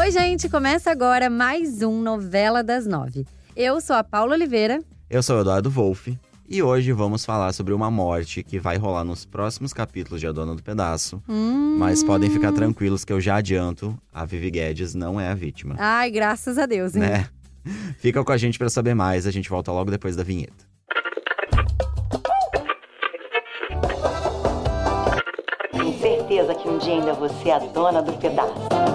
Oi, gente! Começa agora mais um Novela das 9. Eu sou a Paula Oliveira. Eu sou o Eduardo Wolff. E hoje vamos falar sobre uma morte que vai rolar nos próximos capítulos de A Dona do Pedaço. Mas podem ficar tranquilos que eu já adianto, a Vivi Guedes não é a vítima. Ai, graças a Deus, hein? Né? Fica com a gente pra saber mais, a gente volta logo depois da vinheta. Tenho certeza que um dia ainda você é a dona do pedaço.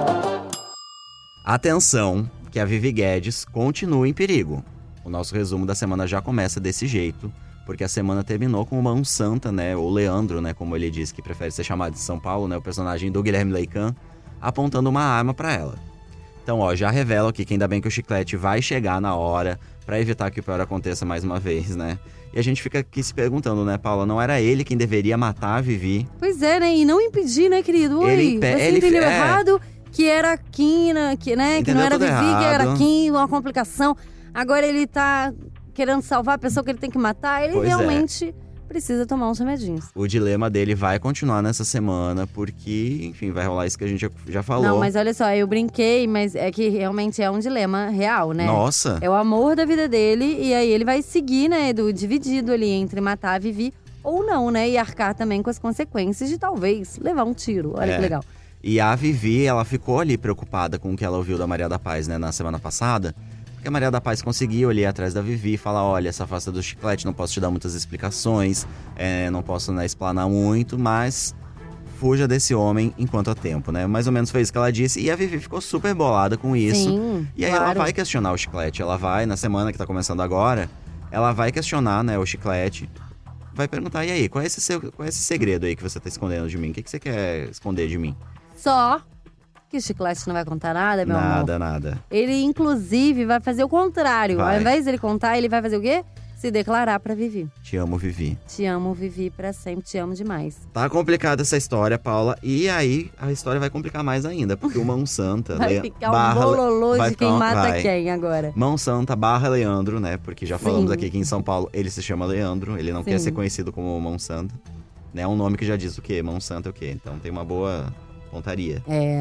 Atenção, que a Vivi Guedes continua em perigo. O nosso resumo da semana já começa desse jeito, porque a semana terminou com uma unsanta, né, ou Leandro, né, como ele diz que prefere ser chamado de São Paulo, né, o personagem do Guilherme Laycan, apontando uma arma pra ela. Então, ó, já revelo aqui que ainda bem que o Chiclete vai chegar na hora pra evitar que o pior aconteça mais uma vez, né? E a gente fica aqui se perguntando, né, Paula, não era ele quem deveria matar a Vivi? Pois é, né? E não impedir, né, querido? Oi, você entendeu errado que era a Kim, que não era a Vivi, errado. que era a Kim, uma complicação. Agora ele tá querendo salvar a pessoa que ele tem que matar. Ele realmente precisa tomar uns remedinhos. O dilema dele vai continuar nessa semana, porque, enfim, vai rolar isso que a gente já falou. Não, mas olha só, eu brinquei, mas é que realmente é um dilema real, né? Nossa! É o amor da vida dele, e aí ele vai seguir, né, dividido ali entre matar a Vivi ou não, né? E arcar também com as consequências de talvez levar um tiro. Olha que legal. E a Vivi, ela ficou ali preocupada com o que ela ouviu da Maria da Paz, né, na semana passada. Porque a Maria da Paz conseguiu ali atrás da Vivi e falar, olha, essa afasta do Chiclete, não posso te dar muitas explicações, não posso, né, explanar muito, mas fuja desse homem enquanto há tempo, né? Mais ou menos foi isso que ela disse, e a Vivi ficou super bolada com isso. Sim, e aí ela vai questionar o Chiclete, ela vai, na semana que tá começando agora, ela vai questionar, né, o Chiclete, vai perguntar, e aí, qual é esse segredo aí que você tá escondendo de mim? O que você quer esconder de mim? Só que o Chiclete não vai contar nada, meu amor. Nada. Ele, inclusive, vai fazer o contrário. Vai. Ao invés dele contar, ele vai fazer o quê? Se declarar pra Vivi. Te amo, Vivi. Te amo, Vivi, pra sempre. Te amo demais. Tá complicada essa história, Paula. E aí, a história vai complicar mais ainda. Porque o Mão Santa… Vai ficar um bololô de quem mata quem agora. Mão Santa / Leandro, né? Porque já falamos aqui que em São Paulo ele se chama Leandro. Ele não quer ser conhecido como Mão Santa. É um nome que já diz o quê? Mão Santa é o quê? Então tem uma boa pontaria.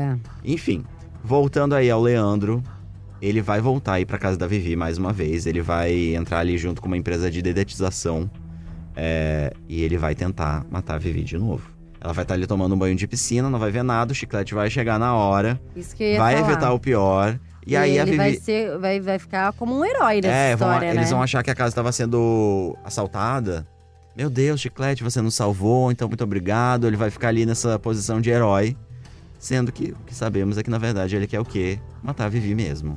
Enfim, voltando aí ao Leandro… Ele vai voltar aí pra casa da Vivi mais uma vez. Ele vai entrar ali junto com uma empresa de dedetização. E ele vai tentar matar a Vivi de novo. Ela vai estar ali tomando um banho de piscina, não vai ver nada. O Chiclete vai chegar na hora. Isso que eu ia vai falar. evitar o pior. E aí a Vivi… vai ficar como um herói nessa história, né? Eles vão achar que a casa estava sendo assaltada. Meu Deus, Chiclete, você nos salvou, então muito obrigado. Ele vai ficar ali nessa posição de herói. Sendo que o que sabemos é que, na verdade, ele quer o quê? Matar a Vivi mesmo.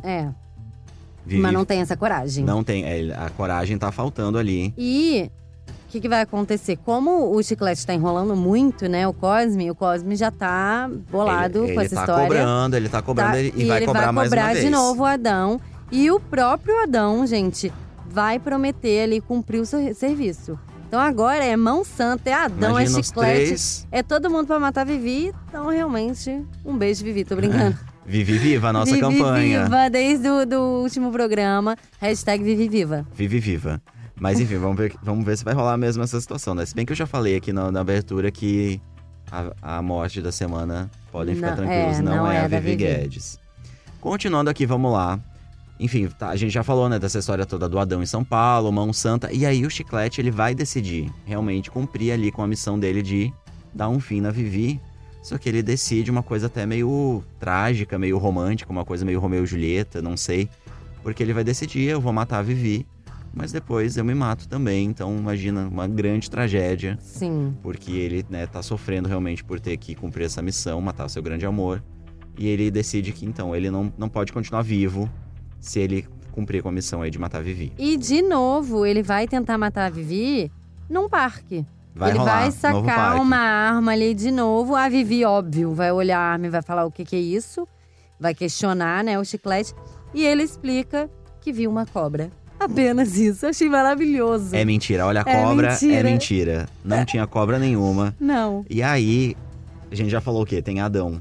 Vivi, mas não tem essa coragem. Não tem, a coragem tá faltando ali. E o que vai acontecer? Como o Chiclete tá enrolando muito, né, o Cosme já tá bolado com essa história. Ele tá cobrando e vai cobrar mais uma vez. Ele vai cobrar de novo o Adão. E o próprio Adão, gente, vai prometer ali cumprir o seu serviço. Então agora é Mão Santa, é Adão, Imagina é Chiclete, é todo mundo pra matar a Vivi. Então realmente, um beijo, Vivi, tô brincando. Vivi Viva, a nossa Vivi campanha. Viva, desde o último programa, #Vivi Viva. Vivi Viva. Mas enfim, vamos ver se vai rolar mesmo essa situação, né? Se bem que eu já falei aqui na abertura que a morte da semana, podem ficar tranquilos, não é a Vivi Guedes. Continuando aqui, vamos lá. Enfim, a gente já falou, né, dessa história toda do Adão em São Paulo, Mão Santa. E aí o Chiclete, ele vai decidir realmente cumprir ali com a missão dele de dar um fim na Vivi. Só que ele decide uma coisa até meio trágica, meio romântica, uma coisa meio Romeu e Julieta, não sei. Porque ele vai decidir, eu vou matar a Vivi, mas depois eu me mato também. Então imagina, uma grande tragédia. Sim. Porque ele, né, tá sofrendo realmente por ter que cumprir essa missão, matar o seu grande amor. E ele decide que então ele não pode continuar vivo se ele cumprir com a missão aí de matar a Vivi. E de novo, ele vai tentar matar a Vivi num parque. Ele rolar, vai sacar uma arma ali de novo. A Vivi, óbvio, vai olhar a arma e vai falar o que é isso. Vai questionar, né, o Chiclete. E ele explica que viu uma cobra. Apenas isso. Eu achei maravilhoso. É mentira. Olha, a cobra é mentira. Não tinha cobra nenhuma. Não. E aí, a gente já falou o quê? Tem Adão.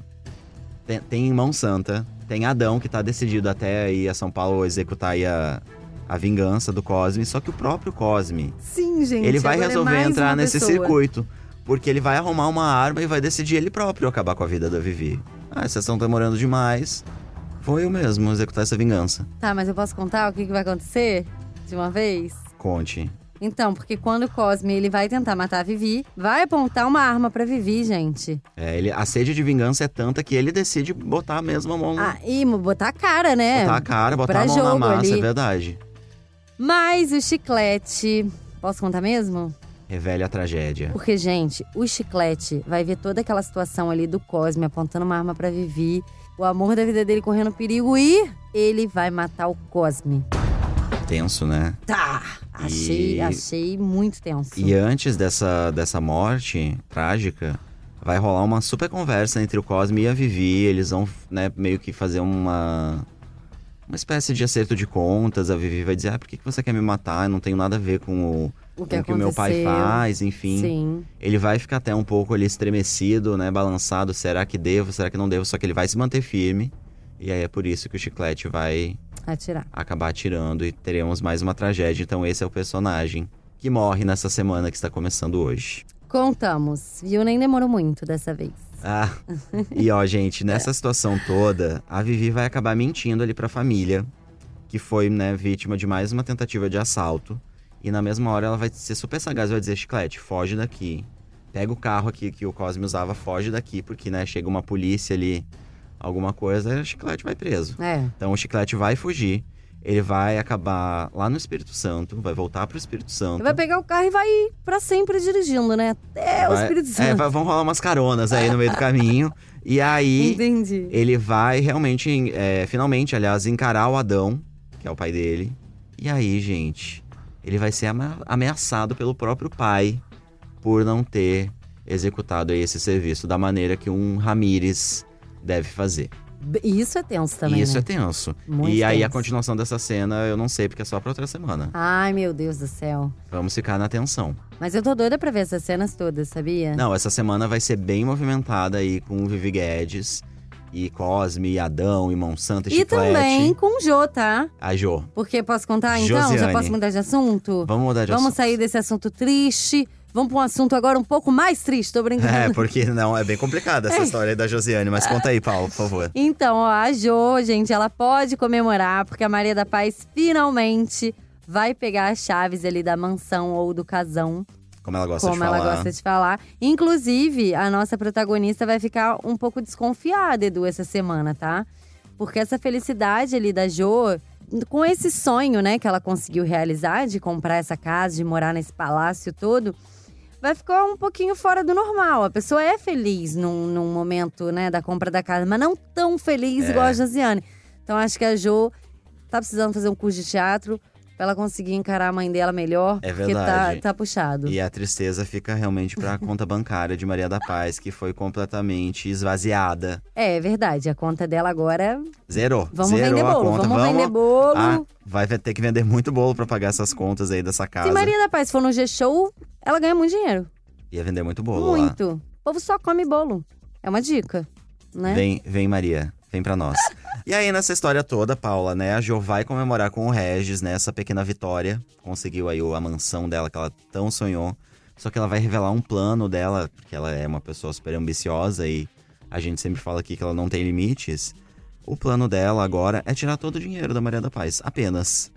Tem Mão Santa. Tem Adão, que tá decidido até ir a São Paulo executar aí a vingança do Cosme. Só que o próprio Cosme… Sim, gente. Ele vai resolver entrar nesse circuito. Porque ele vai arrumar uma arma e vai decidir ele próprio acabar com a vida da Vivi. Vocês estão demorando demais. Foi eu mesmo, executar essa vingança. Tá, mas eu posso contar o que vai acontecer de uma vez? Conte. Então, porque quando o Cosme ele vai tentar matar a Vivi, vai apontar uma arma pra Vivi, gente. A sede de vingança é tanta que ele decide botar mesmo a mão no… E botar a cara, né? Botar a cara, botar a mão na massa, ali. É verdade. Mas o Chiclete… Posso contar mesmo? Revele a tragédia. Porque, gente, o Chiclete vai ver toda aquela situação ali do Cosme apontando uma arma pra Vivi, o amor da vida dele correndo perigo e ele vai matar o Cosme. Tenso, né? Tá! Achei muito tenso. E antes dessa morte trágica, vai rolar uma super conversa entre o Cosme e a Vivi. Eles vão, né, meio que fazer uma espécie de acerto de contas. A Vivi vai dizer, por que você quer me matar? Eu não tenho nada a ver com o que o meu pai faz, enfim. Sim. Ele vai ficar até um pouco ali estremecido, né, balançado. Será que devo? Será que não devo? Só que ele vai se manter firme. E aí é por isso que o Chiclete vai… acabar atirando e teremos mais uma tragédia. Então esse é o personagem que morre nessa semana que está começando hoje. Contamos, viu? Nem demorou muito dessa vez. E ó, gente, nessa situação toda, a Vivi vai acabar mentindo ali pra família, que foi, né, vítima de mais uma tentativa de assalto. E na mesma hora ela vai ser super sagaz, vai dizer, Chiclete, foge daqui. Pega o carro aqui que o Cosme usava, foge daqui, porque, né, chega uma polícia ali, alguma coisa, o Chiclete vai preso. Então o Chiclete vai fugir, ele vai acabar lá no Espírito Santo, vai voltar pro Espírito Santo. Ele vai pegar o carro e vai ir pra sempre dirigindo, né? Até o Espírito Santo. Vão rolar umas caronas aí no meio do caminho. E aí, entendi. Ele vai realmente, finalmente, aliás, encarar o Adão, que é o pai dele. E aí, gente, ele vai ser ameaçado pelo próprio pai por não ter executado aí esse serviço da maneira que um Ramírez deve fazer. Isso é tenso também, Isso né? é tenso. Muito e aí tenso. A continuação dessa cena eu não sei, porque é só pra outra semana. Ai, meu Deus do céu. Vamos ficar na tensão. Mas eu tô doida pra ver essas cenas todas, sabia? Não, essa semana vai ser bem movimentada aí com o Vivi Guedes, e Cosme, e Adão, e Monsanto, e Chiclete. E também com o Jô, tá? A Jô. Porque posso contar então? Josiane. Já posso mudar de assunto? Vamos mudar de assunto. Vamos sair desse assunto triste. Vamos pra um assunto agora um pouco mais triste, tô brincando. Porque não, é bem complicada essa história aí da Josiane. Mas conta aí, Paulo, por favor. Então, ó, a Jô, gente, ela pode comemorar, porque a Maria da Paz finalmente vai pegar as chaves ali da mansão ou do casão. Como ela gosta de falar. Inclusive, a nossa protagonista vai ficar um pouco desconfiada, Edu, essa semana, tá? Porque essa felicidade ali da Jô, com esse sonho, né, que ela conseguiu realizar de comprar essa casa, de morar nesse palácio todo, vai ficar um pouquinho fora do normal. A pessoa é feliz num momento, né, da compra da casa, mas não tão feliz igual a Josiane. Então acho que a Jô tá precisando fazer um curso de teatro pra ela conseguir encarar a mãe dela melhor. É verdade. Porque tá puxado. E a tristeza fica realmente pra conta bancária de Maria da Paz, que foi completamente esvaziada. É verdade, a conta dela agora… Zerou. Vamos Zerou vender bolo, a conta. vamos vender bolo. Vai ter que vender muito bolo pra pagar essas contas aí dessa casa. Se Maria da Paz for no G-Show, ela ganha muito dinheiro. Ia vender muito bolo lá. Muito. O povo só come bolo. É uma dica, né? Vem Maria, vem pra nós. E aí, nessa história toda, Paula, né, a Jo vai comemorar com o Regis, né, essa pequena vitória. Conseguiu aí a mansão dela que ela tão sonhou. Só que ela vai revelar um plano dela, porque ela é uma pessoa super ambiciosa e a gente sempre fala aqui que ela não tem limites. O plano dela agora é tirar todo o dinheiro da Maria da Paz, apenas.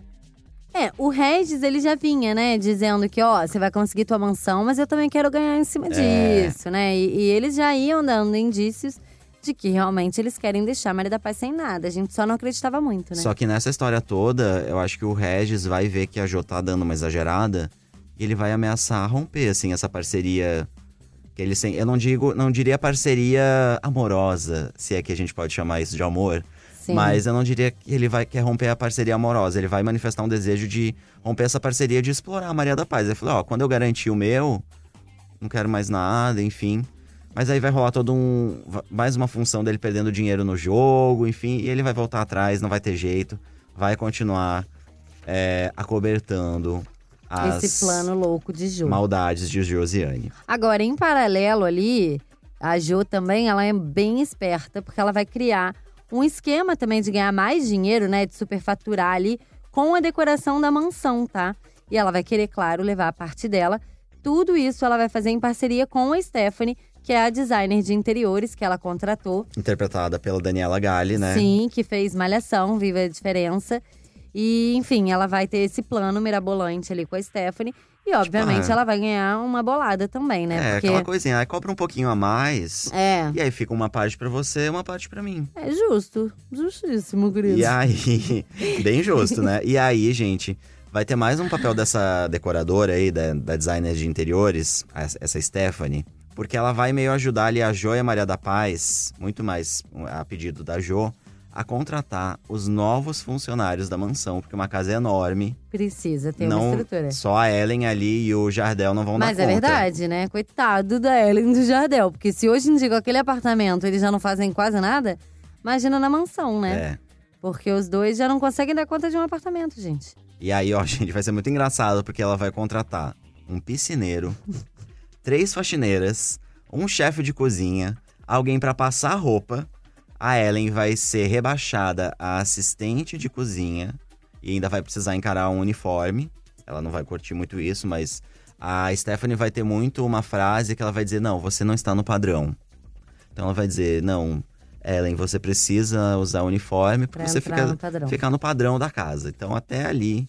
O Regis, ele já vinha, né, dizendo que, ó, você vai conseguir tua mansão, mas eu também quero ganhar em cima disso, né? E eles já iam dando indícios de que realmente eles querem deixar a Maria da Paz sem nada. A gente só não acreditava muito, né? Só que nessa história toda, eu acho que o Regis vai ver que a Jo tá dando uma exagerada e ele vai ameaçar romper, assim, essa parceria que eles têm. Eu não diria parceria amorosa, se é que a gente pode chamar isso de amor. Sim. Mas eu não diria que ele quer romper a parceria amorosa. Ele vai manifestar um desejo de romper essa parceria, de explorar a Maria da Paz. Ele falou, quando eu garantir o meu, não quero mais nada, enfim. Mas aí vai rolar mais uma função dele perdendo dinheiro no jogo, enfim. E ele vai voltar atrás, não vai ter jeito. Vai continuar acobertando esse plano louco de Jo. Maldades de Josiane. Agora, em paralelo ali, a Jo também, ela é bem esperta. Porque ela vai criar um esquema também de ganhar mais dinheiro, né? De superfaturar ali com a decoração da mansão, tá? E ela vai querer, claro, levar a parte dela. Tudo isso ela vai fazer em parceria com a Stephanie, que é a designer de interiores que ela contratou. Interpretada pela Daniela Galli, né? Sim, que fez Malhação, Viva a Diferença. E, enfim, ela vai ter esse plano mirabolante ali com a Stephanie. E, obviamente, ela vai ganhar uma bolada também, né? Porque... aquela coisinha, aí cobra um pouquinho a mais. E aí fica uma parte pra você e uma parte pra mim. É justo, justíssimo, querido. E aí, bem justo, né? E aí, gente, vai ter mais um papel dessa decoradora aí, da designer de interiores, essa Stephanie. Porque ela vai meio ajudar ali a Jo e a Maria da Paz, muito mais a pedido da Jo, a contratar os novos funcionários da mansão, porque uma casa é enorme. Precisa ter uma estrutura. Só a Ellen ali e o Jardel não vão dar conta. Mas é verdade, né? Coitado da Ellen e do Jardel. Porque se hoje em dia com aquele apartamento eles já não fazem quase nada, imagina na mansão, né? Porque os dois já não conseguem dar conta de um apartamento, gente. E aí, ó, gente, vai ser muito engraçado, porque ela vai contratar um piscineiro, 3 faxineiras, um chefe de cozinha, alguém pra passar roupa. A Ellen vai ser rebaixada a assistente de cozinha e ainda vai precisar encarar um uniforme. Ela não vai curtir muito isso, mas a Stephanie vai ter muito uma frase que ela vai dizer: não, você não está no padrão. Então ela vai dizer: não, Ellen, você precisa usar uniforme pra você ficar no padrão da casa. Então até ali,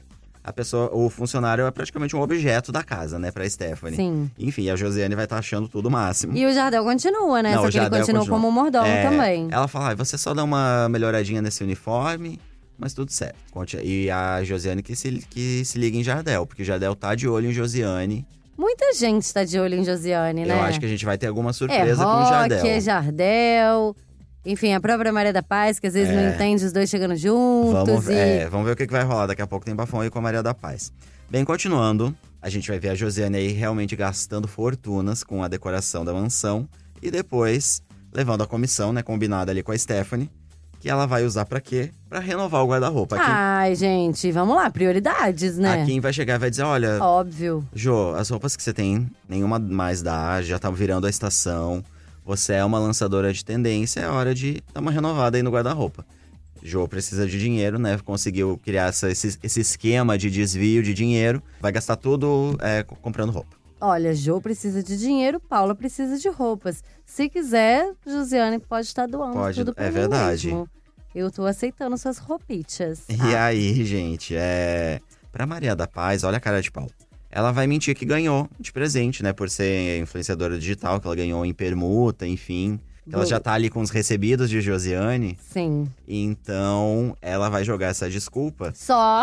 o funcionário é praticamente um objeto da casa, né, pra Stephanie. Sim. Enfim, a Josiane vai estar achando tudo o máximo. E o Jardel continua, né? Não, só que ele continua como mordomo também. Ela fala: você só dá uma melhoradinha nesse uniforme, mas tudo certo. E a Josiane que se liga em Jardel, porque Jardel tá de olho em Josiane. Muita gente tá de olho em Josiane, né? Eu acho que a gente vai ter alguma surpresa com o Jardel. É Jardel… Enfim, a própria Maria da Paz, que às vezes não entende os dois chegando juntos. Vamos ver o que vai rolar. Daqui a pouco tem bafão aí com a Maria da Paz. Bem, continuando, a gente vai ver a Josiane aí realmente gastando fortunas com a decoração da mansão. E depois, levando a comissão, né, combinada ali com a Stephanie, que ela vai usar pra quê? Pra renovar o guarda-roupa. Ai, gente, vamos lá, prioridades, né? A Kim vai chegar e vai dizer: olha… Óbvio. Jo, as roupas que você tem, nenhuma mais dá, já tá virando a estação. Você é uma lançadora de tendência, é hora de dar uma renovada aí no guarda-roupa. Jo precisa de dinheiro, né? Conseguiu criar esse esquema de desvio de dinheiro. Vai gastar tudo comprando roupa. Olha, Jo precisa de dinheiro, Paula precisa de roupas. Se quiser, Josiane pode estar doando tudo pra mim verdade. Mesmo. Eu tô aceitando suas roupitas. E aí, gente, pra Maria da Paz, olha a cara de pau. Ela vai mentir que ganhou de presente, né? Por ser influenciadora digital, que ela ganhou em permuta, enfim. Ela já tá ali com os recebidos de Josiane. Sim. Então, ela vai jogar essa desculpa.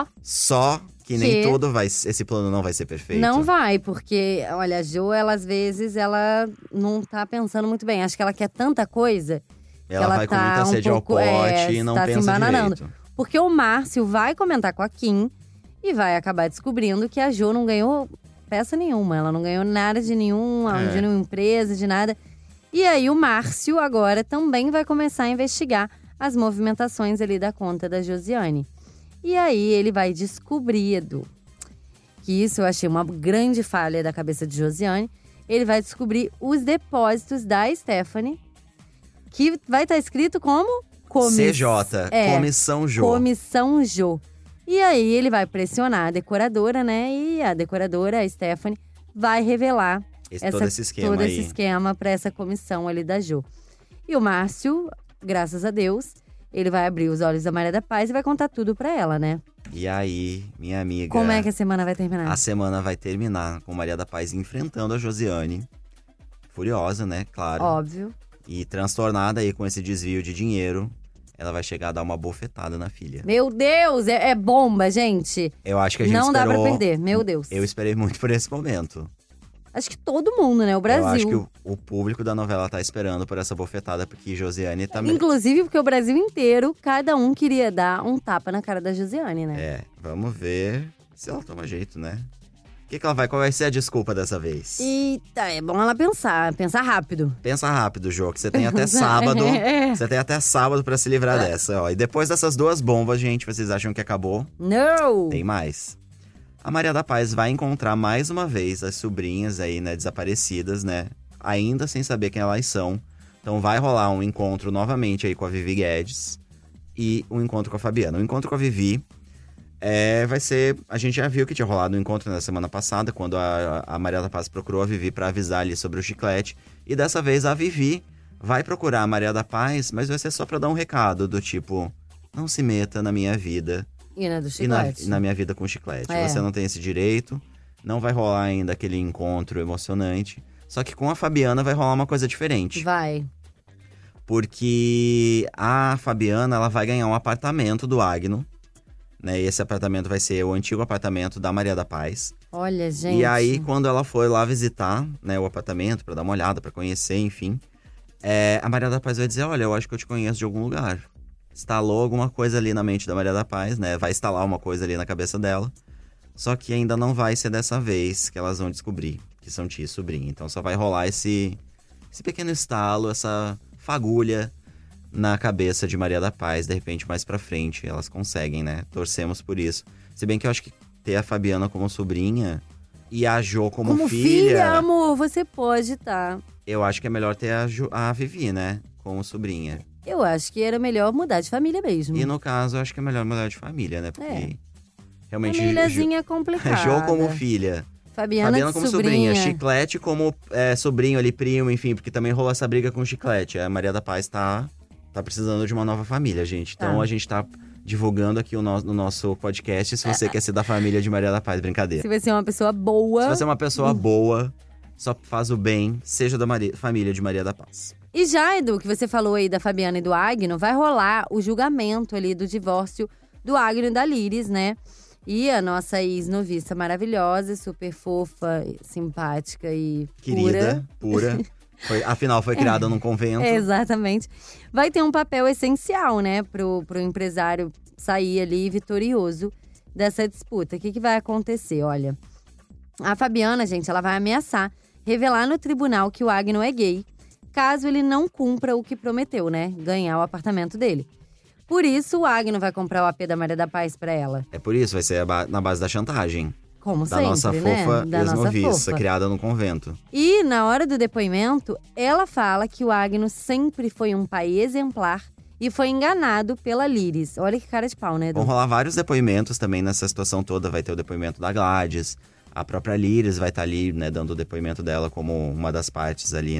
Só que nem tudo esse plano não vai ser perfeito. Não vai, porque, olha, a Jo, ela às vezes, ela não tá pensando muito bem. Acho que ela quer tanta coisa. Ela vai com muita sede ao pote e não pensa direito. Porque o Márcio vai comentar com a Kim e vai acabar descobrindo que a Jo não ganhou peça nenhuma. Ela não ganhou nada de nenhuma empresa, de nada. E aí o Márcio agora também vai começar a investigar as movimentações ali da conta da Josiane. E aí ele vai descobrir, Edu, que isso eu achei uma grande falha da cabeça de Josiane. Ele vai descobrir os depósitos da Stephanie, que vai estar escrito como… CJ, Comissão Jo. Comissão Jo. E aí ele vai pressionar a decoradora, né? E a decoradora, a Stephanie, vai revelar todo esse esquema para essa comissão ali da Jo. E o Márcio, graças a Deus, ele vai abrir os olhos da Maria da Paz e vai contar tudo para ela, né? E aí, minha amiga… Como é que a semana vai terminar? A semana vai terminar com Maria da Paz enfrentando a Josiane. Furiosa, né? Claro. Óbvio. E transtornada aí com esse desvio de dinheiro. Ela vai chegar a dar uma bofetada na filha. Meu Deus, é bomba, gente. Eu acho que a gente não esperou… dá pra perder, meu Deus. Eu esperei muito por esse momento. Acho que todo mundo, né? O Brasil. Eu acho que o público da novela tá esperando por essa bofetada, porque Josiane tá… Inclusive, porque o Brasil inteiro, cada um queria dar um tapa na cara da Josiane, né? Vamos ver se ela toma jeito, né? O que ela vai… Qual vai ser a desculpa dessa vez? Eita, é bom ela pensar rápido. Pensa rápido, Jô, que você tem até sábado. Você tem até sábado pra se livrar dessa, ó. E depois dessas 2 bombas, gente, vocês acham que acabou? Não! Tem mais. A Maria da Paz vai encontrar mais uma vez as sobrinhas aí, né, desaparecidas, né? Ainda sem saber quem elas são. Então vai rolar um encontro novamente aí com a Vivi Guedes. E um encontro com a Fabiana. O encontro com a Vivi… vai ser… A gente já viu que tinha rolado um encontro na semana passada, quando a Maria da Paz procurou a Vivi pra avisar ali sobre o chiclete. E dessa vez a Vivi vai procurar a Maria da Paz, mas vai ser só pra dar um recado do tipo… Não se meta na minha vida. E na do chiclete. E na minha vida com chiclete. Você não tem esse direito, não vai rolar ainda aquele encontro emocionante. Só que com a Fabiana vai rolar uma coisa diferente. Vai. Porque a Fabiana, ela vai ganhar um apartamento do Agno. Né? E esse apartamento vai ser o antigo apartamento da Maria da Paz. Olha, gente. E aí, quando ela foi lá visitar, né, o apartamento, pra dar uma olhada, pra conhecer, enfim… a Maria da Paz vai dizer, olha, eu acho que eu te conheço de algum lugar. Instalou alguma coisa ali na mente da Maria da Paz, né? Vai instalar uma coisa ali na cabeça dela. Só que ainda não vai ser dessa vez que elas vão descobrir que são tia e sobrinha. Então só vai rolar esse pequeno estalo, essa fagulha na cabeça de Maria da Paz. De repente, mais pra frente, elas conseguem, né? Torcemos por isso. Se bem que eu acho que ter a Fabiana como sobrinha e a Jo como filha… amor, você pode, tá? Eu acho que é melhor ter a Vivi, né? Como sobrinha. Eu acho que era melhor mudar de família mesmo. E no caso, eu acho que é melhor mudar de família, né? Porque realmente… Famíliazinha complicada. Jo como filha. Fabiana como sobrinha. Chiclete como sobrinho ali, primo, enfim. Porque também rolou essa briga com o Chiclete. A Maria da Paz tá precisando de uma nova família, gente. Então a gente tá divulgando aqui no nosso podcast. Se você quer ser da família de Maria da Paz, brincadeira. Se você é uma pessoa boa… Se você é uma pessoa boa, só faz o bem, seja da família de Maria da Paz. E já, Edu, que você falou aí da Fabiana e do Agno, vai rolar o julgamento ali do divórcio do Agno e da Liris, né? E a nossa ex-noviça maravilhosa, super fofa, simpática e querida, pura. Afinal, foi criada num convento. Exatamente. Vai ter um papel essencial, né? Pro empresário sair ali vitorioso dessa disputa. O que vai acontecer? Olha, a Fabiana, gente, ela vai ameaçar revelar no tribunal que o Agno é gay, caso ele não cumpra o que prometeu, né? Ganhar o apartamento dele. Por isso, o Agno vai comprar o AP da Maria da Paz pra ela. É por isso, vai ser na base da chantagem. Como da sempre, nossa fofa né? ex-noviça, criada no convento. E, na hora do depoimento, ela fala que o Agno sempre foi um pai exemplar e foi enganado pela Liris. Olha que cara de pau, né, Edu? Vão rolar vários depoimentos também nessa situação toda. Vai ter o depoimento da Gladys. A própria Liris vai estar ali, né, dando o depoimento dela como uma das partes ali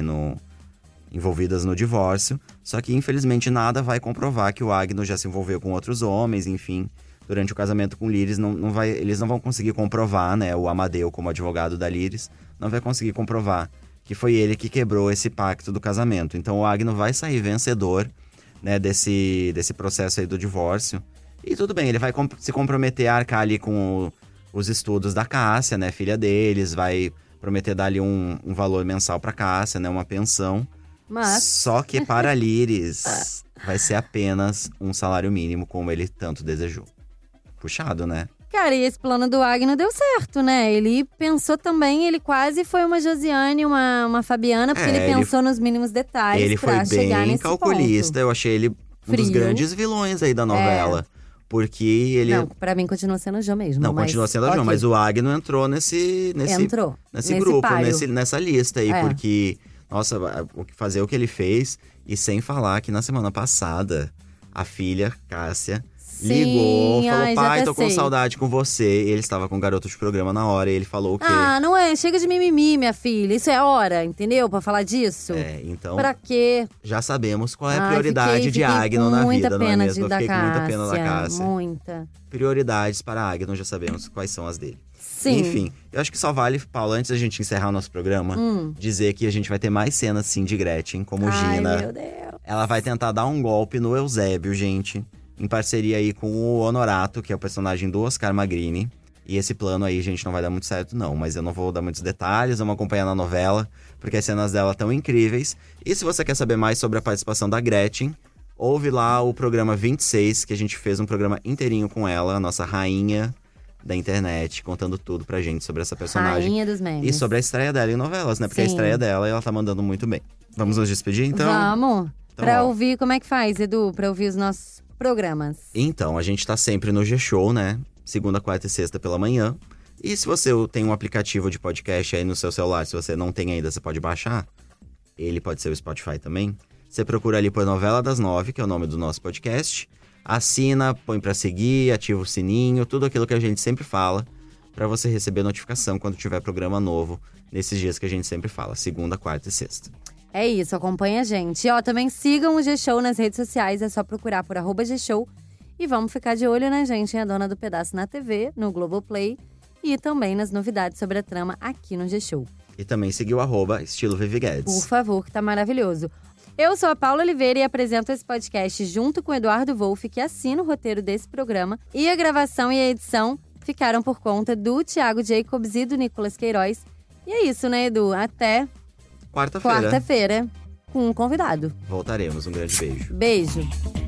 envolvidas no divórcio. Só que, infelizmente, nada vai comprovar que o Agno já se envolveu com outros homens, enfim. Durante o casamento com Liris, eles não vão conseguir comprovar, né? O Amadeu, como advogado da Liris, não vai conseguir comprovar que foi ele que quebrou esse pacto do casamento. Então, o Agno vai sair vencedor, né, desse processo aí do divórcio. E tudo bem, ele vai se comprometer a arcar ali com os estudos da Cássia, né? Filha deles, vai prometer dar ali um valor mensal pra Cássia, né? Uma pensão. Mas… Só que para a Liris vai ser apenas um salário mínimo, como ele tanto desejou. Puxado, né? Cara, e esse plano do Agno deu certo, né? Ele pensou também, ele quase foi uma Josiane, uma Fabiana, porque ele pensou nos mínimos detalhes ele pra foi chegar bem nesse calculista, ponto. Eu achei ele um dos grandes vilões aí da novela. Porque ele… Não, pra mim continua sendo o Jô mesmo. Não, continua sendo o Jô, mas o Agno entrou nesse grupo, nessa lista aí. Porque, nossa, fazer o que ele fez. E sem falar que na semana passada, a filha, Cássia… ligou, falou, pai, tô com saudade com você. Ele estava com o garoto de programa na hora e ele falou o quê? Ah, não é, chega de mimimi, minha filha. Isso é hora, entendeu? Pra falar disso. Então… Pra quê? Já sabemos qual é a prioridade de Agno na vida, não é mesmo? Eu fiquei com muita pena da Cássia. Muita. Prioridades para Agno, já sabemos quais são as dele. Sim. Enfim, eu acho que só vale, Paula, antes da gente encerrar o nosso programa, dizer que a gente vai ter mais cenas, sim, de Gretchen, como Gina. Ai, meu Deus. Ela vai tentar dar um golpe no Eusébio, gente. Em parceria aí com o Honorato, que é o personagem do Oscar Magrini. E esse plano aí, gente, não vai dar muito certo não. Mas eu não vou dar muitos detalhes, vamos acompanhar na novela. Porque as cenas dela estão incríveis. E se você quer saber mais sobre a participação da Gretchen, ouve lá o programa 26, que a gente fez um programa inteirinho com ela, a nossa rainha da internet, contando tudo pra gente sobre essa personagem. Rainha dos memes. E sobre a estreia dela em novelas, né? Porque Sim. a estreia dela, ela tá mandando muito bem. Vamos nos despedir, então? Vamos. Então, pra ouvir, como é que faz, Edu? Pra ouvir os nossos programas. Então, a gente tá sempre no G-Show, né? Segunda, quarta e sexta pela manhã. E se você tem um aplicativo de podcast aí no seu celular, se você não tem ainda, você pode baixar. Ele pode ser o Spotify também. Você procura ali por Novela das 9, que é o nome do nosso podcast. Assina, põe pra seguir, ativa o sininho, tudo aquilo que a gente sempre fala, pra você receber notificação quando tiver programa novo, nesses dias que a gente sempre fala, segunda, quarta e sexta. É isso, acompanha a gente. E também sigam o G-Show nas redes sociais, é só procurar por @G-Show. E vamos ficar de olho, né, gente, em A Dona do Pedaço na TV, no Globoplay e também nas novidades sobre a trama aqui no G-Show. E também seguir o @Estilo Vivi Guedes. Por favor, que tá maravilhoso. Eu sou a Paula Oliveira e apresento esse podcast junto com o Eduardo Wolff, que assina o roteiro desse programa. E a gravação e a edição ficaram por conta do Thiago Jacobs e do Nicolas Queiroz. E é isso, né, Edu? Até quarta-feira com um convidado. Voltaremos. Um grande beijo. Beijo.